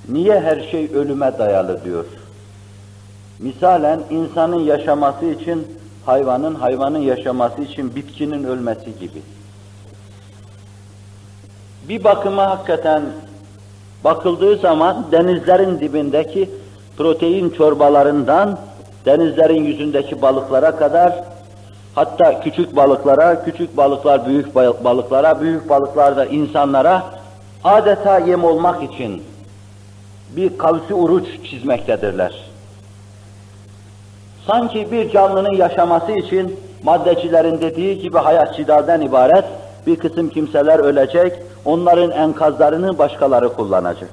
Niye her şey ölüme dayalı diyor? Misalen insanın yaşaması için hayvanın yaşaması için bitkinin ölmesi gibi. Bir bakıma hakikaten bakıldığı zaman denizlerin dibindeki protein çorbalarından denizlerin yüzündeki balıklara kadar, hatta küçük balıklara, küçük balıklar büyük balıklara, büyük balıklar da insanlara adeta yem olmak için bir kavsi uruç çizmektedirler. Sanki bir canlının yaşaması için maddecilerin dediği gibi hayat cidalden ibaret, bir kısım kimseler ölecek, onların enkazlarını başkaları kullanacak.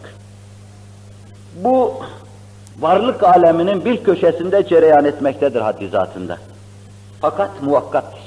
Bu varlık aleminin bir köşesinde cereyan etmektedir haddi zatında. Fakat muvakkattır.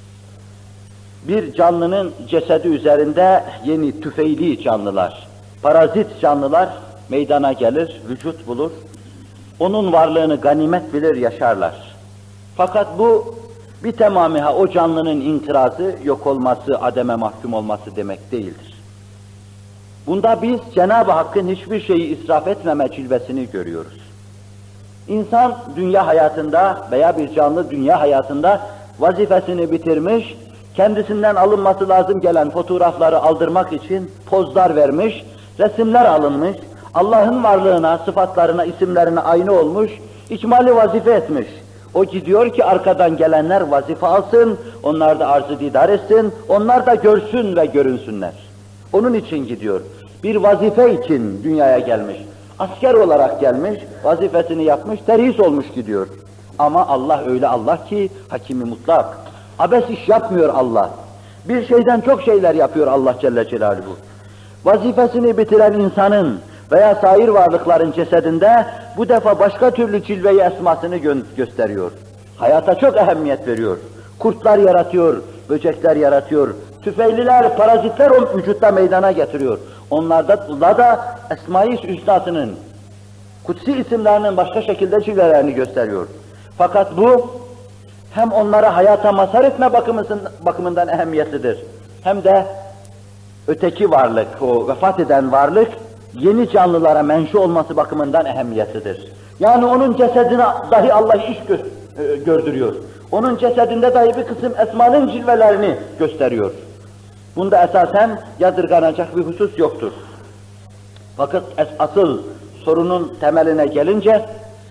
Bir canlının cesedi üzerinde yeni tüfeili canlılar, parazit canlılar meydana gelir, vücut bulur. Onun varlığını ganimet bilir, yaşarlar. Fakat bu bir tamamiha o canlının inkirazı, yok olması, ademe mahkum olması demek değildir. Bunda biz Cenab-ı Hakk'ın hiçbir şeyi israf etmeme cilvesini görüyoruz. İnsan dünya hayatında veya bir canlı dünya hayatında vazifesini bitirmiş, kendisinden alınması lazım gelen fotoğrafları aldırmak için pozlar vermiş, resimler alınmış, Allah'ın varlığına, sıfatlarına, isimlerine aynı olmuş, ikmali vazife etmiş. O gidiyor ki arkadan gelenler vazife alsın, onlar da arz-ı didar etsin, onlar da görsün ve görünsünler. Onun için gidiyor. Bir vazife için dünyaya gelmiş. Asker olarak gelmiş, vazifesini yapmış, terhis olmuş gidiyor. Ama Allah öyle Allah ki hakimi mutlak. Abes iş yapmıyor Allah. Bir şeyden çok şeyler yapıyor Allah Celle Celaluhu. Vazifesini bitiren insanın veya sair varlıkların cesedinde bu defa başka türlü cilve-i esmasını gösteriyor. Hayata çok ehemmiyet veriyor. Kurtlar yaratıyor, böcekler yaratıyor, tüfeililer, parazitler o vücutta meydana getiriyor. Onlarda da Esma-i Hüsna'sının, kutsi isimlerinin başka şekilde cilvelerini gösteriyor. Fakat bu hem onlara hayata mazhar etme bakımından ehemmiyetlidir, hem de öteki varlık, o vefat eden varlık, yeni canlılara menşu olması bakımından ehemmiyetlidir. Yani onun cesedine dahi Allah iş gördürüyor. Onun cesedinde dahi bir kısım esmanın cilvelerini gösteriyor. Bunda esasen yadırganacak bir husus yoktur. Fakat asıl sorunun temeline gelince,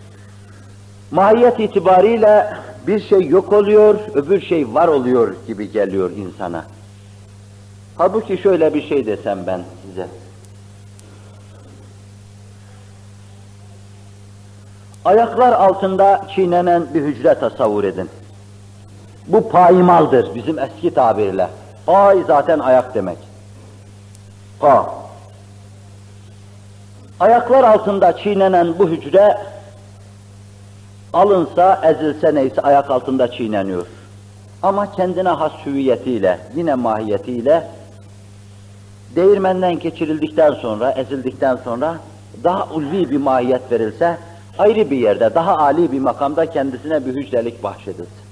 mahiyet itibariyle bir şey yok oluyor, öbür şey var oluyor gibi geliyor insana. Halbuki şöyle bir şey desem ben size. Ayaklar altında çiğnenen bir hücre tasavvur edin. Bu paymaldır bizim eski tabirle. Pay zaten ayak demek. Pa. Ayaklar altında çiğnenen bu hücre alınsa, ezilse neyse ayak altında çiğneniyor. Ama kendine has hüviyetiyle, yine mahiyetiyle değirmenden geçirildikten sonra, ezildikten sonra daha ulvi bir mahiyet verilse, ayrı bir yerde, daha âli bir makamda kendisine bir hücrelik bahşedilsin.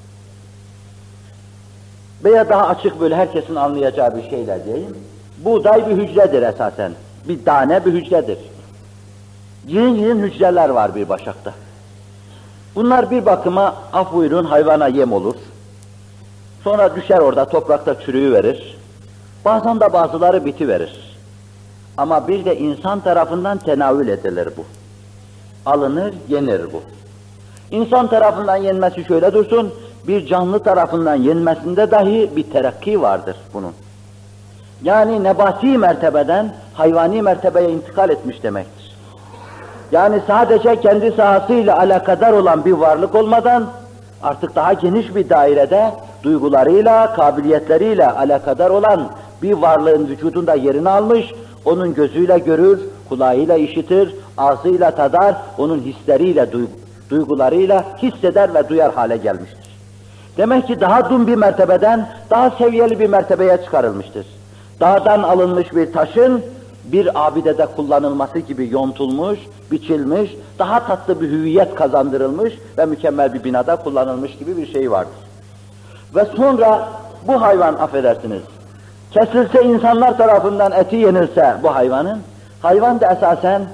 Veya daha açık böyle herkesin anlayacağı bir şeyle diyeyim, buğday bir hücredir esasen, bir tane bir hücredir. Yığın hücreler var bir başakta. Bunlar bir bakıma, af buyurun, hayvana yem olur. Sonra düşer orada, toprakta çürüyüverir. Bazen de bazıları bitiverir. Ama bir de insan tarafından tenavül edilir bu. Alınır, yenir bu. İnsan tarafından yenmesi şöyle dursun, bir canlı tarafından yenmesinde dahi bir terakki vardır bunun. Yani nebati mertebeden hayvani mertebeye intikal etmiş demektir. Yani sadece kendi sahasıyla alakadar olan bir varlık olmadan, artık daha geniş bir dairede duygularıyla, kabiliyetleriyle alakadar olan bir varlığın vücudunda yerini almış, onun gözüyle görür, kulağıyla işitir, ağzıyla tadar, onun hisleriyle, duygularıyla hisseder ve duyar hale gelmiştir. Demek ki daha dum bir mertebeden, daha seviyeli bir mertebeye çıkarılmıştır. Dağdan alınmış bir taşın, bir abidede kullanılması gibi yontulmuş, biçilmiş, daha tatlı bir hüviyet kazandırılmış ve mükemmel bir binada kullanılmış gibi bir şey vardır. Ve sonra bu hayvan, affedersiniz, kesilse insanlar tarafından eti yenilse bu hayvanın, hayvan da esasen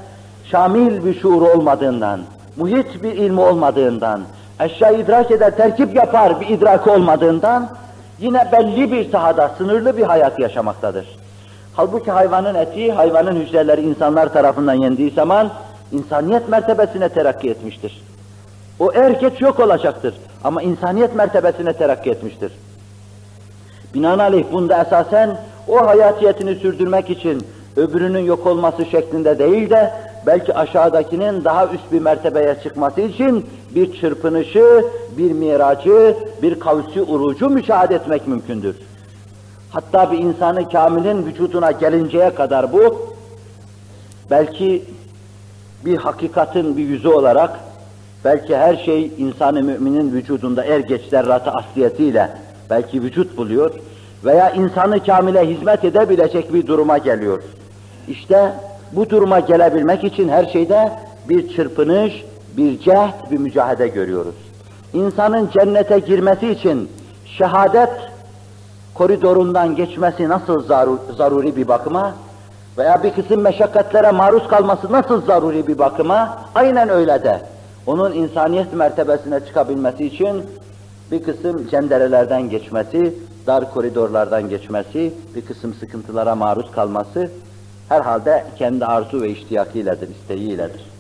şamil bir şuuru olmadığından, muhit bir ilmi olmadığından, eşyayı idrak eder, terkip yapar bir idraki olmadığından, yine belli bir sahada, sınırlı bir hayat yaşamaktadır. Halbuki hayvanın eti, hayvanın hücreleri insanlar tarafından yendiği zaman, insaniyet mertebesine terakki etmiştir. O geç yok olacaktır ama insaniyet mertebesine terakki etmiştir. Binaenaleyh bunda esasen o hayatiyetini sürdürmek için öbürünün yok olması şeklinde değil de belki aşağıdakinin daha üst bir mertebeye çıkması için bir çırpınışı, bir miracı, bir kavsi urucu müşahede etmek mümkündür. Hatta bir insanı kamilin vücuduna gelinceye kadar bu, belki bir hakikatin bir yüzü olarak, belki her şey insan-ı müminin vücudunda geç zerratı asliyetiyle belki vücut buluyor veya insanı kamile hizmet edebilecek bir duruma geliyor. İşte bu duruma gelebilmek için her şeyde bir çırpınış, bir cehd, bir mücahede görüyoruz. İnsanın cennete girmesi için şehadet koridorundan geçmesi nasıl zaruri bir bakıma veya bir kısım meşakkatlere maruz kalması nasıl zaruri bir bakıma, aynen öyle de onun insaniyet mertebesine çıkabilmesi için bir kısım cenderelerden geçmesi, dar koridorlardan geçmesi, bir kısım sıkıntılara maruz kalması herhalde kendi arzu ve iştiyakıyledir, isteğiyledir.